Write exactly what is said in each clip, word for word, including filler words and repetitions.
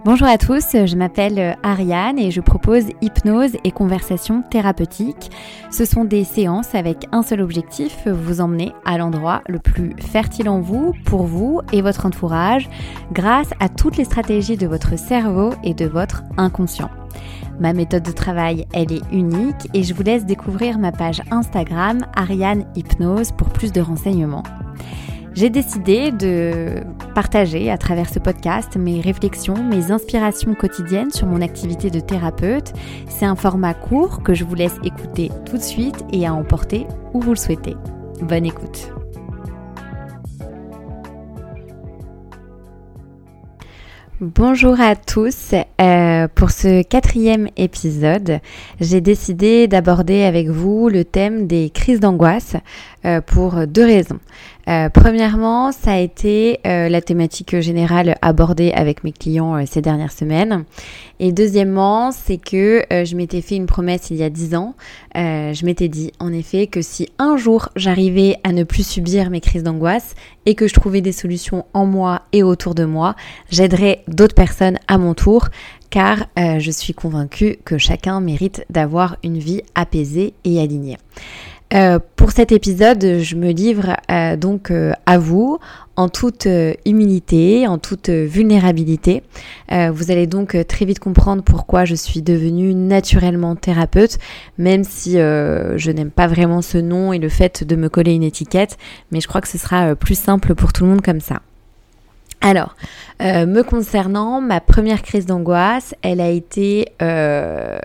Bonjour à tous, je m'appelle Ariane et je propose hypnose et conversation thérapeutique. Ce sont des séances avec un seul objectif, vous emmener à l'endroit le plus fertile en vous, pour vous et votre entourage, grâce à toutes les stratégies de votre cerveau et de votre inconscient. Ma méthode de travail, elle est unique et je vous laisse découvrir ma page Instagram Ariane Hypnose pour plus de renseignements. J'ai décidé de partager à travers ce podcast mes réflexions, mes inspirations quotidiennes sur mon activité de thérapeute. C'est un format court que je vous laisse écouter tout de suite et à emporter où vous le souhaitez. Bonne écoute. Bonjour à tous, euh, pour ce quatrième épisode, j'ai décidé d'aborder avec vous le thème des crises d'angoisse euh, pour deux raisons. Euh, premièrement, ça a été euh, la thématique générale abordée avec mes clients euh, ces dernières semaines. Et deuxièmement, c'est que euh, je m'étais fait une promesse il y a dix ans. Euh, je m'étais dit en effet que si un jour j'arrivais à ne plus subir mes crises d'angoisse et que je trouvais des solutions en moi et autour de moi, j'aiderais d'autres personnes à mon tour, car euh, je suis convaincue que chacun mérite d'avoir une vie apaisée et alignée. Euh, pour cet épisode, je me livre euh, donc euh, à vous en toute euh, humilité, en toute euh, vulnérabilité. Euh, vous allez donc euh, très vite comprendre pourquoi je suis devenue naturellement thérapeute, même si euh, je n'aime pas vraiment ce nom et le fait de me coller une étiquette, mais je crois que ce sera euh, plus simple pour tout le monde comme ça. Alors, euh, me concernant, ma première crise d'angoisse, elle a été euh,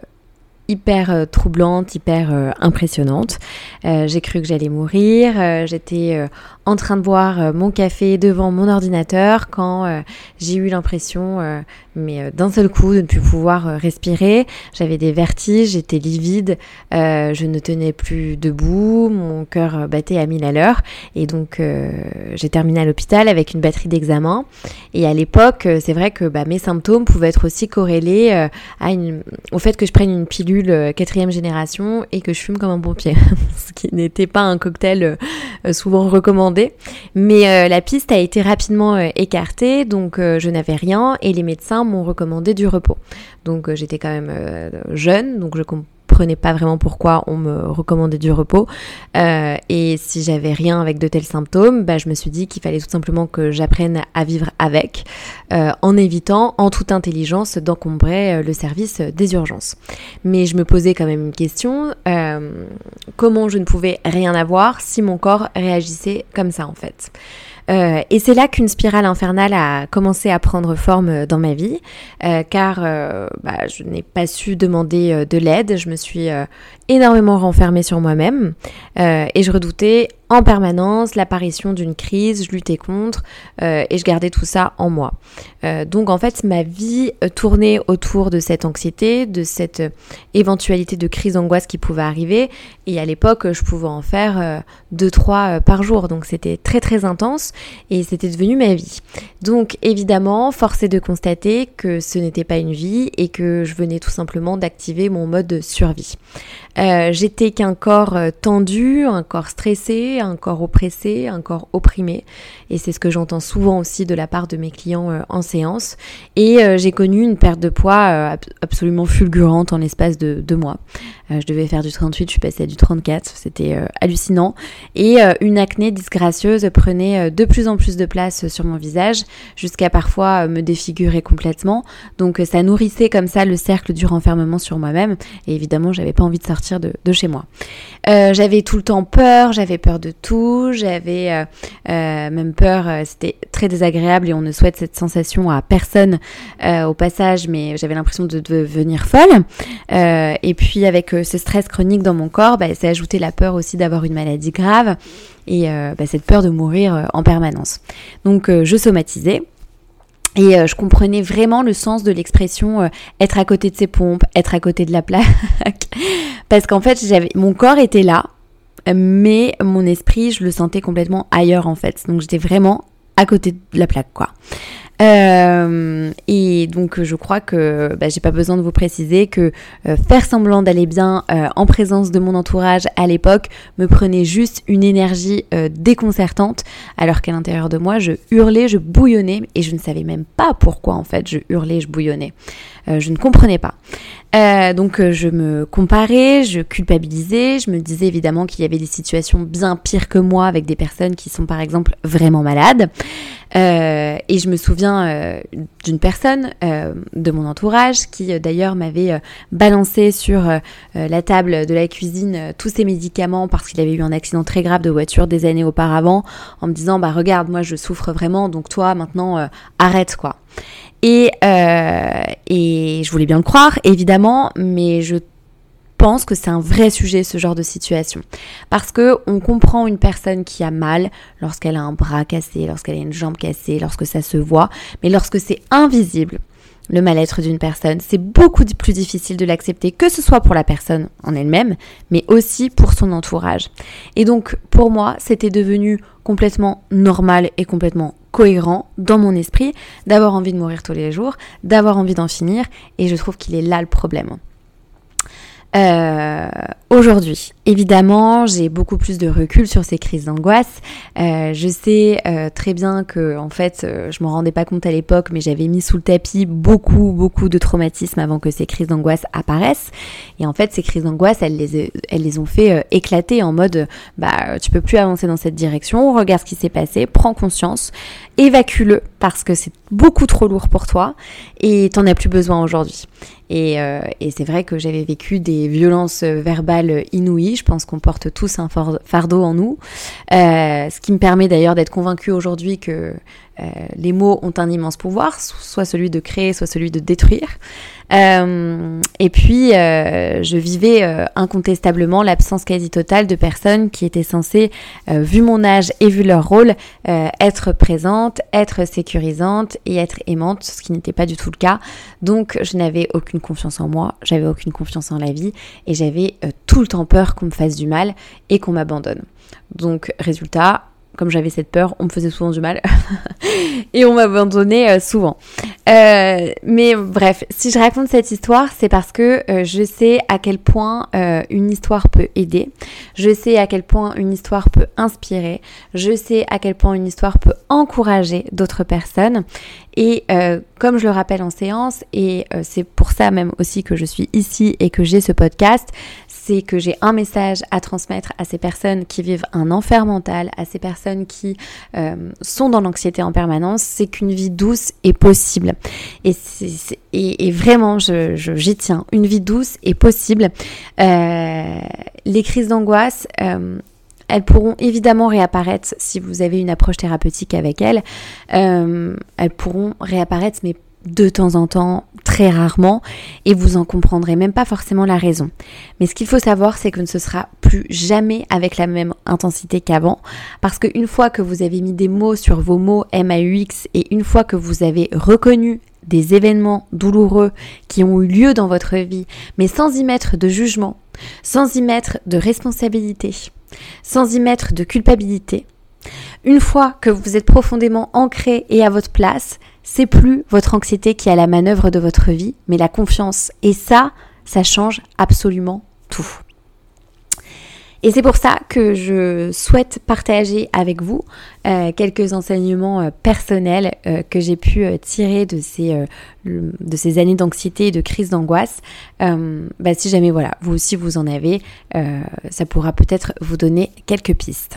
hyper euh, troublante, hyper euh, impressionnante. Euh, j'ai cru que j'allais mourir. Euh, j'étais euh, en train de boire euh, mon café devant mon ordinateur quand euh, j'ai eu l'impression, euh, mais euh, d'un seul coup, de ne plus pouvoir euh, respirer. J'avais des vertiges, j'étais livide, euh, je ne tenais plus debout, mon cœur battait à mille à l'heure. Et donc, euh, j'ai terminé à l'hôpital avec une batterie d'examens. Et à l'époque, euh, c'est vrai que bah, mes symptômes pouvaient être aussi corrélés euh, à une, au fait que je prenne une pilule quatrième génération et que je fume comme un pompier, ce qui n'était pas un cocktail euh, souvent recommandé. Mais euh, la piste a été rapidement euh, écartée, donc euh, je n'avais rien et les médecins m'ont recommandé du repos. Donc euh, j'étais quand même euh, jeune, donc je comprenais pas vraiment pourquoi on me recommandait du repos. Euh, et si j'avais rien avec de tels symptômes, bah, je me suis dit qu'il fallait tout simplement que j'apprenne à vivre avec, euh, en évitant en toute intelligence d'encombrer euh, le service des urgences. Mais je me posais quand même une question, euh, comment je ne pouvais rien avoir si mon corps réagissait comme ça en fait ? Euh, et c'est là qu'une spirale infernale a commencé à prendre forme dans ma vie, euh, car euh, bah, je n'ai pas su demander euh, de l'aide, je me suis euh, énormément renfermée sur moi-même euh, et je redoutais en permanence l'apparition d'une crise, je luttais contre euh, et je gardais tout ça en moi. Euh, donc en fait, ma vie tournait autour de cette anxiété, de cette euh, éventualité de crise d'angoisse qui pouvait arriver, et à l'époque, je pouvais en faire euh, deux, trois euh, par jour, donc c'était très très intense et c'était devenu ma vie. Donc évidemment, force est de constater que ce n'était pas une vie et que je venais tout simplement d'activer mon mode de survie. Euh, j'étais qu'un corps euh, tendu, un corps stressé, un corps oppressé, un corps opprimé, et c'est ce que j'entends souvent aussi de la part de mes clients euh, en séance. Et euh, j'ai connu une perte de poids euh, ab- absolument fulgurante en l'espace de deux mois. Euh, je devais faire du trente-huit, je suis passée à du trente-quatre, c'était euh, hallucinant. Et euh, une acné disgracieuse prenait euh, de plus en plus de place sur mon visage, jusqu'à parfois euh, me défigurer complètement. Donc euh, ça nourrissait comme ça le cercle du renfermement sur moi-même, et évidemment j'avais pas envie de sortir De, de chez moi. Euh, j'avais tout le temps peur, j'avais peur de tout, j'avais euh, euh, même peur, euh, c'était très désagréable et on ne souhaite cette sensation à personne euh, au passage, mais j'avais l'impression de devenir folle. Euh, et puis avec euh, ce stress chronique dans mon corps, bah, ça a ajouté la peur aussi d'avoir une maladie grave et euh, bah, cette peur de mourir euh, en permanence. Donc euh, je somatisais. Et euh, je comprenais vraiment le sens de l'expression euh, être à côté de ses pompes, être à côté de la plaque. Parce qu'en fait, j'avais, mon corps était là, mais mon esprit, je le sentais complètement ailleurs en fait. Donc j'étais vraiment à côté de la plaque, quoi. Euh, et Et donc je crois que bah, j'ai pas besoin de vous préciser que euh, faire semblant d'aller bien euh, en présence de mon entourage à l'époque me prenait juste une énergie euh, déconcertante, alors qu'à l'intérieur de moi je hurlais, je bouillonnais et je ne savais même pas pourquoi en fait je hurlais, je bouillonnais. Euh, je ne comprenais pas. Euh, donc euh, je me comparais, je culpabilisais, je me disais évidemment qu'il y avait des situations bien pires que moi avec des personnes qui sont par exemple vraiment malades. Euh, et je me souviens euh, d'une personne euh, de mon entourage qui euh, d'ailleurs m'avait euh, balancé sur euh, la table de la cuisine euh, tous ses médicaments parce qu'il avait eu un accident très grave de voiture des années auparavant, en me disant bah regarde, moi je souffre vraiment, donc toi maintenant euh, arrête quoi. Et, euh, et je voulais bien le croire, évidemment, mais je pense que c'est un vrai sujet, ce genre de situation. Parce que on comprend une personne qui a mal lorsqu'elle a un bras cassé, lorsqu'elle a une jambe cassée, lorsque ça se voit, mais lorsque c'est invisible, le mal-être d'une personne, c'est beaucoup plus difficile de l'accepter, que ce soit pour la personne en elle-même, mais aussi pour son entourage. Et donc, pour moi, c'était devenu complètement normal et complètement cohérent dans mon esprit d'avoir envie de mourir tous les jours, d'avoir envie d'en finir, et je trouve qu'il est là le problème. Euh, aujourd'hui, évidemment, j'ai beaucoup plus de recul sur ces crises d'angoisse. Euh, je sais euh, très bien que, en fait, euh, je m'en rendais pas compte à l'époque, mais j'avais mis sous le tapis beaucoup, beaucoup de traumatismes avant que ces crises d'angoisse apparaissent. Et en fait, ces crises d'angoisse, elles les, elles les ont fait euh, éclater en mode, bah, tu peux plus avancer dans cette direction. Regarde ce qui s'est passé, prends conscience, évacue-le parce que c'est beaucoup trop lourd pour toi et t'en as plus besoin aujourd'hui. Et, euh, et c'est vrai que j'avais vécu des violences verbales inouïes. Je pense qu'on porte tous un fardeau en nous. Euh, ce qui me permet d'ailleurs d'être convaincue aujourd'hui que euh, les mots ont un immense pouvoir, soit celui de créer, soit celui de détruire. Euh, et puis, euh, je vivais euh, incontestablement l'absence quasi totale de personnes qui étaient censées, euh, vu mon âge et vu leur rôle, euh, être présentes, être sécurisantes et être aimantes, ce qui n'était pas du tout le cas. Donc, je n'avais aucune confiance en moi, j'avais aucune confiance en la vie et j'avais euh, tout le temps peur qu'on me fasse du mal et qu'on m'abandonne. Donc, résultat, comme j'avais cette peur, on me faisait souvent du mal et on m'abandonnait euh, souvent. Euh, mais bref, si je raconte cette histoire, c'est parce que euh, je sais à quel point euh, une histoire peut aider, je sais à quel point une histoire peut inspirer, je sais à quel point une histoire peut encourager d'autres personnes. Et euh, comme je le rappelle en séance, et euh, c'est pour ça même aussi que je suis ici et que j'ai ce podcast, c'est que j'ai un message à transmettre à ces personnes qui vivent un enfer mental, à ces personnes qui euh, sont dans l'anxiété en permanence, c'est qu'une vie douce est possible. Et, c'est, c'est, et, et vraiment, je, je, j'y tiens, une vie douce est possible. Euh, les crises d'angoisse... Euh, Elles pourront évidemment réapparaître si vous avez une approche thérapeutique avec elles. Euh, elles pourront réapparaître, mais de temps en temps, très rarement, et vous en comprendrez même pas forcément la raison. Mais ce qu'il faut savoir, c'est que ce ne sera plus jamais avec la même intensité qu'avant, parce qu'une fois que vous avez mis des mots sur vos mots M A U X, et une fois que vous avez reconnu des événements douloureux qui ont eu lieu dans votre vie, mais sans y mettre de jugement, sans y mettre de responsabilité, sans y mettre de culpabilité, une fois que vous êtes profondément ancré et à votre place, c'est plus votre anxiété qui est à la manœuvre de votre vie, mais la confiance. Et ça, ça change absolument tout. Et c'est pour ça que je souhaite partager avec vous euh, quelques enseignements euh, personnels euh, que j'ai pu euh, tirer de ces, euh, de ces années d'anxiété et de crise d'angoisse. Euh, bah, si jamais voilà, vous aussi vous en avez, euh, ça pourra peut-être vous donner quelques pistes.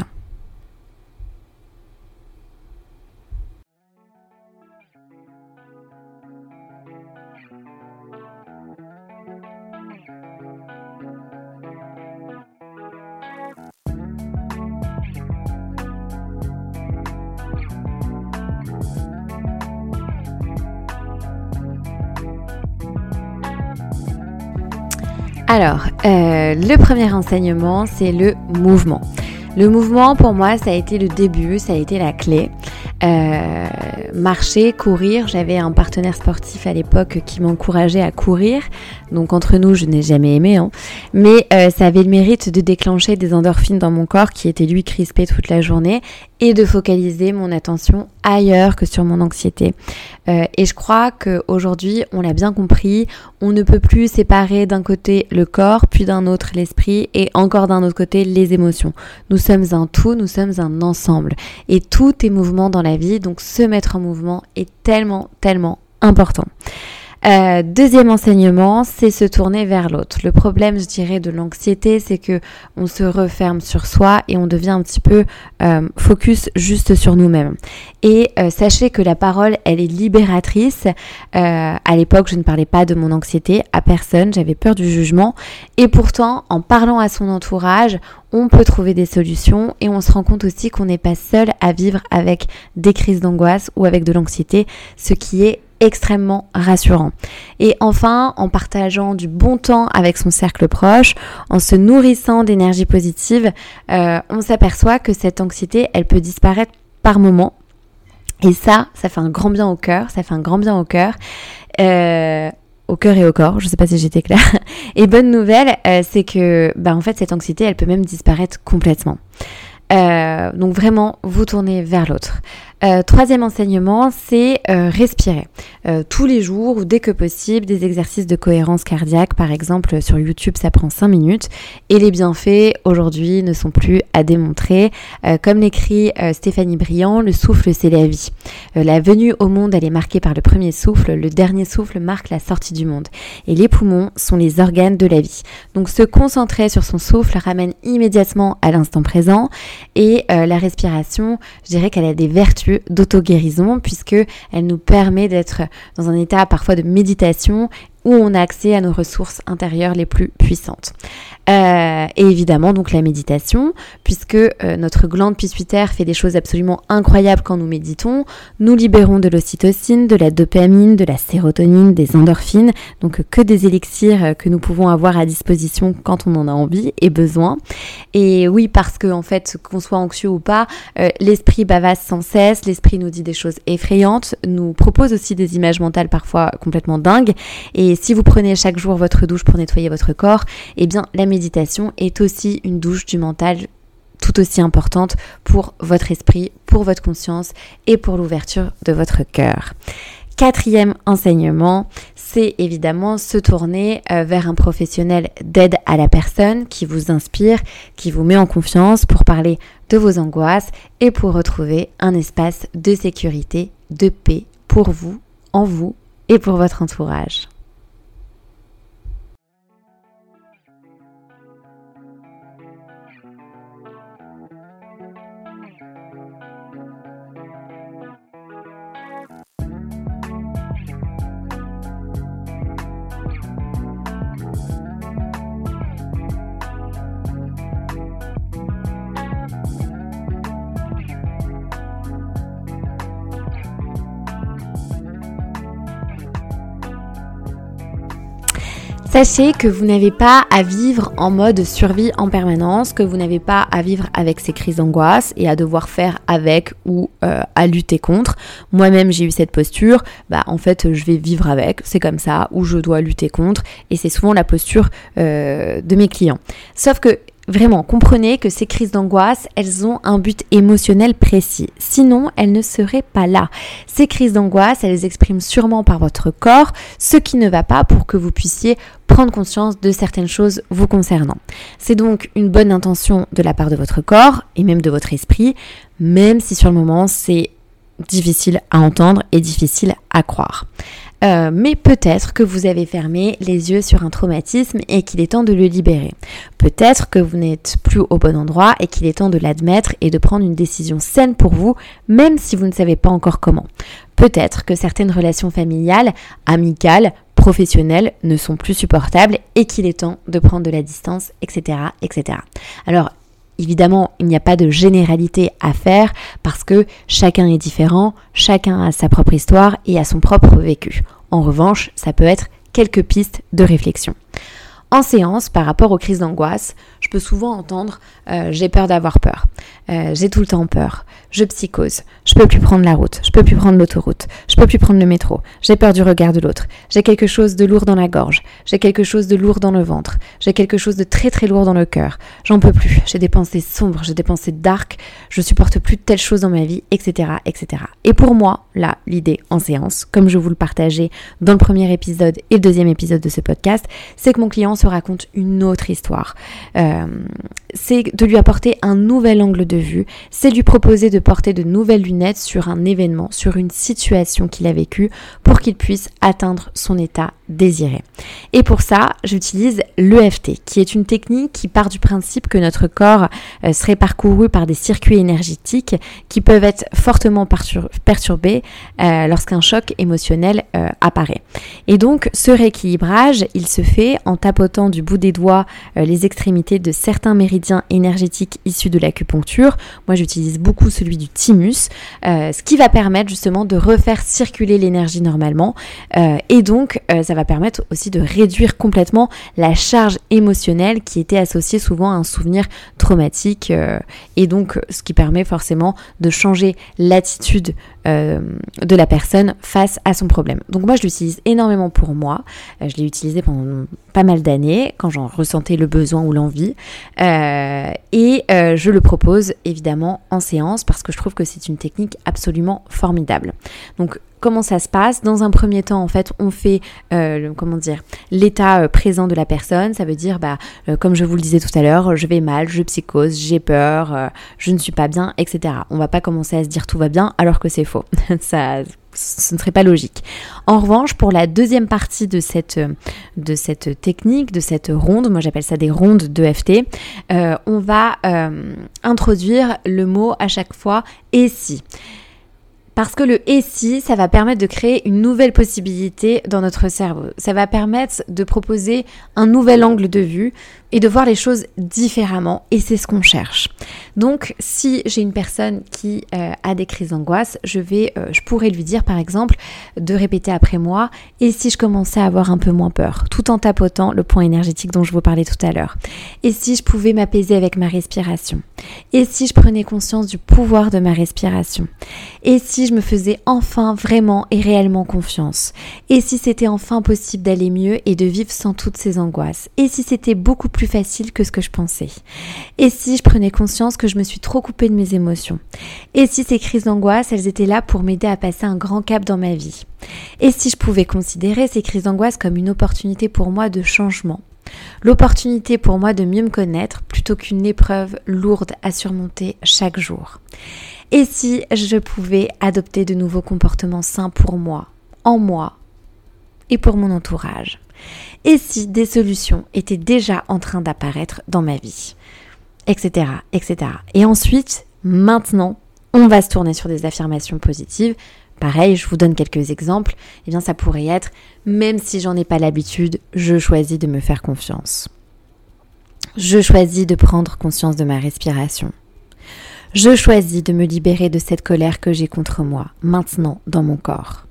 Alors, euh, le premier enseignement, c'est le mouvement. Le mouvement, pour moi, ça a été le début, ça a été la clé. Euh, marcher, courir, j'avais un partenaire sportif à l'époque qui m'encourageait à courir, donc entre nous je n'ai jamais aimé, hein. mais euh, ça avait le mérite de déclencher des endorphines dans mon corps qui était lui crispé toute la journée et de focaliser mon attention ailleurs que sur mon anxiété. Euh, et je crois qu'aujourd'hui on l'a bien compris, on ne peut plus séparer d'un côté le corps, puis d'un autre l'esprit et encore d'un autre côté les émotions. Nous sommes un tout, nous sommes un ensemble et tout est mouvement dans la vie, donc se mettre en mouvement est tellement, tellement important. Euh, deuxième enseignement, c'est se tourner vers l'autre. Le problème, je dirais, de l'anxiété, c'est que on se referme sur soi et on devient un petit peu euh, focus juste sur nous-mêmes. Et euh, sachez que la parole, elle est libératrice. Euh, à l'époque, je ne parlais pas de mon anxiété à personne, j'avais peur du jugement. Et pourtant, en parlant à son entourage, on peut trouver des solutions et on se rend compte aussi qu'on n'est pas seul à vivre avec des crises d'angoisse ou avec de l'anxiété, ce qui est extrêmement rassurant. Et enfin, en partageant du bon temps avec son cercle proche, en se nourrissant d'énergie positive, euh, on s'aperçoit que cette anxiété, elle peut disparaître par moments. Et ça, ça fait un grand bien au cœur, ça fait un grand bien au cœur. Euh, au cœur et au corps, je sais pas si j'étais claire. Et bonne nouvelle, euh, c'est que bah, en fait, cette anxiété, elle peut même disparaître complètement. Euh, donc vraiment, vous tournez vers l'autre. Euh, troisième enseignement, c'est euh, respirer. Euh, tous les jours ou dès que possible, des exercices de cohérence cardiaque, par exemple sur YouTube, ça prend cinq minutes. Et les bienfaits, aujourd'hui, ne sont plus à démontrer. Euh, comme l'écrit euh, Stéphanie Briand, le souffle, c'est la vie. Euh, la venue au monde, elle est marquée par le premier souffle. Le dernier souffle marque la sortie du monde. Et les poumons sont les organes de la vie. Donc se concentrer sur son souffle ramène immédiatement à l'instant présent. Et euh, la respiration, je dirais qu'elle a des vertus d'auto-guérison puisque elle nous permet d'être dans un état parfois de méditation où on a accès à nos ressources intérieures les plus puissantes. Euh, et évidemment donc la méditation, puisque euh, notre glande pituitaire fait des choses absolument incroyables quand nous méditons. Nous libérons de l'ocytocine, de la dopamine, de la sérotonine, des endorphines, donc euh, que des élixirs euh, que nous pouvons avoir à disposition quand on en a envie et besoin. Et oui, parce que en fait, qu'on soit anxieux ou pas, euh, l'esprit bavasse sans cesse, l'esprit nous dit des choses effrayantes, nous propose aussi des images mentales parfois complètement dingues. Et si vous prenez chaque jour votre douche pour nettoyer votre corps, eh bien la méditation est aussi une douche du mental tout aussi importante pour votre esprit, pour votre conscience et pour l'ouverture de votre cœur. Quatrième enseignement, c'est évidemment se tourner euh, vers un professionnel d'aide à la personne qui vous inspire, qui vous met en confiance pour parler de vos angoisses et pour retrouver un espace de sécurité, de paix pour vous, en vous et pour votre entourage. Sachez que vous n'avez pas à vivre en mode survie en permanence, que vous n'avez pas à vivre avec ces crises d'angoisse et à devoir faire avec ou euh, à lutter contre. Moi-même, j'ai eu cette posture, bah en fait, je vais vivre avec, c'est comme ça, ou je dois lutter contre, et c'est souvent la posture euh, de mes clients. Sauf que vraiment, comprenez que ces crises d'angoisse, elles ont un but émotionnel précis. Sinon, elles ne seraient pas là. Ces crises d'angoisse, elles expriment sûrement par votre corps ce qui ne va pas pour que vous puissiez prendre conscience de certaines choses vous concernant. C'est donc une bonne intention de la part de votre corps et même de votre esprit, même si sur le moment, c'est difficile à entendre et difficile à croire. Euh, mais peut-être que vous avez fermé les yeux sur un traumatisme et qu'il est temps de le libérer. Peut-être que vous n'êtes plus au bon endroit et qu'il est temps de l'admettre et de prendre une décision saine pour vous, même si vous ne savez pas encore comment. Peut-être que certaines relations familiales, amicales, professionnelles ne sont plus supportables et qu'il est temps de prendre de la distance, et cetera, et cetera. Alors, évidemment, il n'y a pas de généralité à faire parce que chacun est différent, chacun a sa propre histoire et a son propre vécu. En revanche, ça peut être quelques pistes de réflexion. En séance, par rapport aux crises d'angoisse, je peux souvent entendre euh, « j'ai peur d'avoir peur euh, »,« j'ai tout le temps peur »,« je psychose »,« je peux plus prendre la route »,« je peux plus prendre l'autoroute »,« je peux plus prendre le métro »,« j'ai peur du regard de l'autre »,« j'ai quelque chose de lourd dans la gorge »,« j'ai quelque chose de lourd dans le ventre »,« j'ai quelque chose de très très lourd dans le cœur »,« j'en peux plus »,« j'ai des pensées sombres »,« j'ai des pensées dark »,« je supporte plus telle chose dans ma vie », et cetera et cetera. Et pour moi, là, l'idée en séance, comme je vous le partageais dans le premier épisode et le deuxième épisode de ce podcast, c'est que mon client se raconte une autre histoire. Euh, c'est de lui apporter un nouvel angle de vue, c'est lui proposer de porter de nouvelles lunettes sur un événement, sur une situation qu'il a vécue pour qu'il puisse atteindre son état désiré. Et pour ça, j'utilise l'E F T, qui est une technique qui part du principe que notre corps euh, serait parcouru par des circuits énergétiques qui peuvent être fortement pertur- perturbés euh, lorsqu'un choc émotionnel euh, apparaît. Et donc, ce rééquilibrage, il se fait en tapotant du bout des doigts euh, les extrémités de certains méridiens énergétiques issus de l'acupuncture. Moi, j'utilise beaucoup celui du thymus, euh, ce qui va permettre justement de refaire circuler l'énergie normalement. Euh, et donc, euh, ça va permettre aussi de réduire complètement la charge émotionnelle qui était associée souvent à un souvenir traumatique. Euh, et donc, ce qui permet forcément de changer l'attitude euh, de la personne face à son problème. Donc moi, je l'utilise énormément pour moi. Euh, je l'ai utilisé pendant pas mal d'années quand j'en ressentais le besoin ou l'envie. Euh, et euh, je le propose évidemment en séance parce que je trouve que c'est une technique absolument formidable. Donc, comment ça se passe ? Dans un premier temps, en fait, on fait, euh, le, comment dire, l'état euh, présent de la personne. Ça veut dire, bah, euh, comme je vous le disais tout à l'heure, je vais mal, je psychose, j'ai peur, euh, je ne suis pas bien, et cetera. On va pas commencer à se dire tout va bien alors que c'est faux. Ça, ce ne serait pas logique. En revanche, pour la deuxième partie de cette, de cette technique, de cette ronde, moi j'appelle ça des rondes d'E F T, euh, on va euh, introduire le mot à chaque fois « et si ». Parce que le « et si », ça va permettre de créer une nouvelle possibilité dans notre cerveau. Ça va permettre de proposer un nouvel angle de vue et de voir les choses différemment. Et c'est ce qu'on cherche. Donc, si j'ai une personne qui euh, a des crises d'angoisse, je vais, euh, je pourrais lui dire, par exemple, de répéter après moi « et si je commençais à avoir un peu moins peur ?» tout en tapotant le point énergétique dont je vous parlais tout à l'heure. « Et si je pouvais m'apaiser avec ma respiration ?» Et si je prenais conscience du pouvoir de ma respiration ? Et si je me faisais enfin vraiment et réellement confiance ? Et si c'était enfin possible d'aller mieux et de vivre sans toutes ces angoisses ? Et si c'était beaucoup plus facile que ce que je pensais ? Et si je prenais conscience que je me suis trop coupée de mes émotions ? Et si ces crises d'angoisse, elles étaient là pour m'aider à passer un grand cap dans ma vie ? Et si je pouvais considérer ces crises d'angoisse comme une opportunité pour moi de changement ? L'opportunité pour moi de mieux me connaître plutôt qu'une épreuve lourde à surmonter chaque jour. Et si je pouvais adopter de nouveaux comportements sains pour moi, en moi et pour mon entourage. Et si des solutions étaient déjà en train d'apparaître dans ma vie, et cetera, et cetera. Et ensuite, maintenant, on va se tourner sur des affirmations positives. Pareil, je vous donne quelques exemples. Eh bien, ça pourrait être « Même si j'en ai pas l'habitude, je choisis de me faire confiance. Je choisis de prendre conscience de ma respiration. Je choisis de me libérer de cette colère que j'ai contre moi, maintenant, dans mon corps.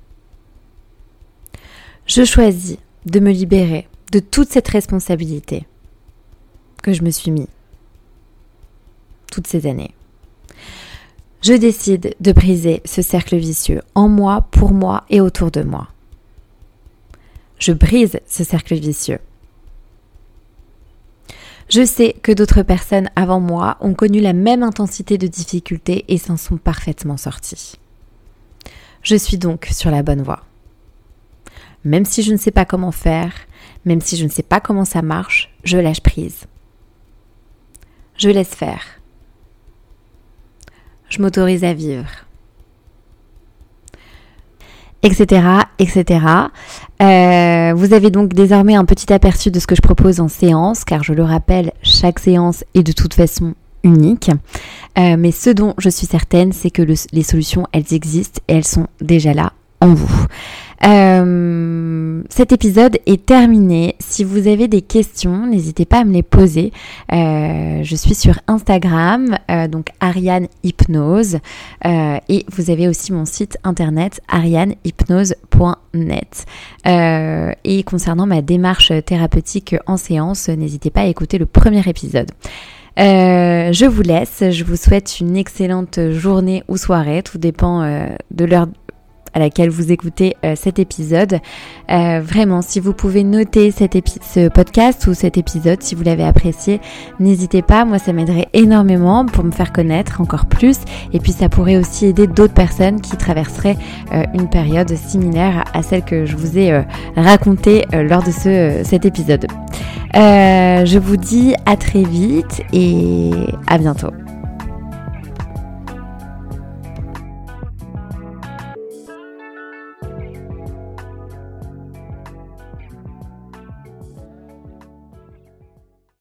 Je choisis de me libérer de toute cette responsabilité que je me suis mis toutes ces années. Je décide de briser ce cercle vicieux en moi, pour moi et autour de moi. Je brise ce cercle vicieux. Je sais que d'autres personnes avant moi ont connu la même intensité de difficulté et s'en sont parfaitement sorties. Je suis donc sur la bonne voie. Même si je ne sais pas comment faire, même si je ne sais pas comment ça marche, je lâche prise. Je laisse faire. Je m'autorise à vivre. Etc, et cetera. Euh, vous avez donc désormais un petit aperçu de ce que je propose en séance, car je le rappelle, chaque séance est de toute façon unique. Euh, mais ce dont je suis certaine, c'est que le, les solutions, elles existent et elles sont déjà là en vous. Euh, cet épisode est terminé. Si vous avez des questions, n'hésitez pas à me les poser. Euh, je suis sur Instagram, euh, donc Ariane Hypnose, euh, et vous avez aussi mon site internet ariane hypnose point net. Euh, et concernant ma démarche thérapeutique en séance, n'hésitez pas à écouter le premier épisode. Euh, je vous laisse, je vous souhaite une excellente journée ou soirée, tout dépend euh, de l'heure à laquelle vous écoutez euh, cet épisode. Euh, vraiment, si vous pouvez noter cet épi- ce podcast ou cet épisode, si vous l'avez apprécié, n'hésitez pas, moi ça m'aiderait énormément pour me faire connaître encore plus, et puis ça pourrait aussi aider d'autres personnes qui traverseraient euh, une période similaire à celle que je vous ai euh, racontée euh, lors de ce, euh, cet épisode. Euh, je vous dis à très vite et à bientôt.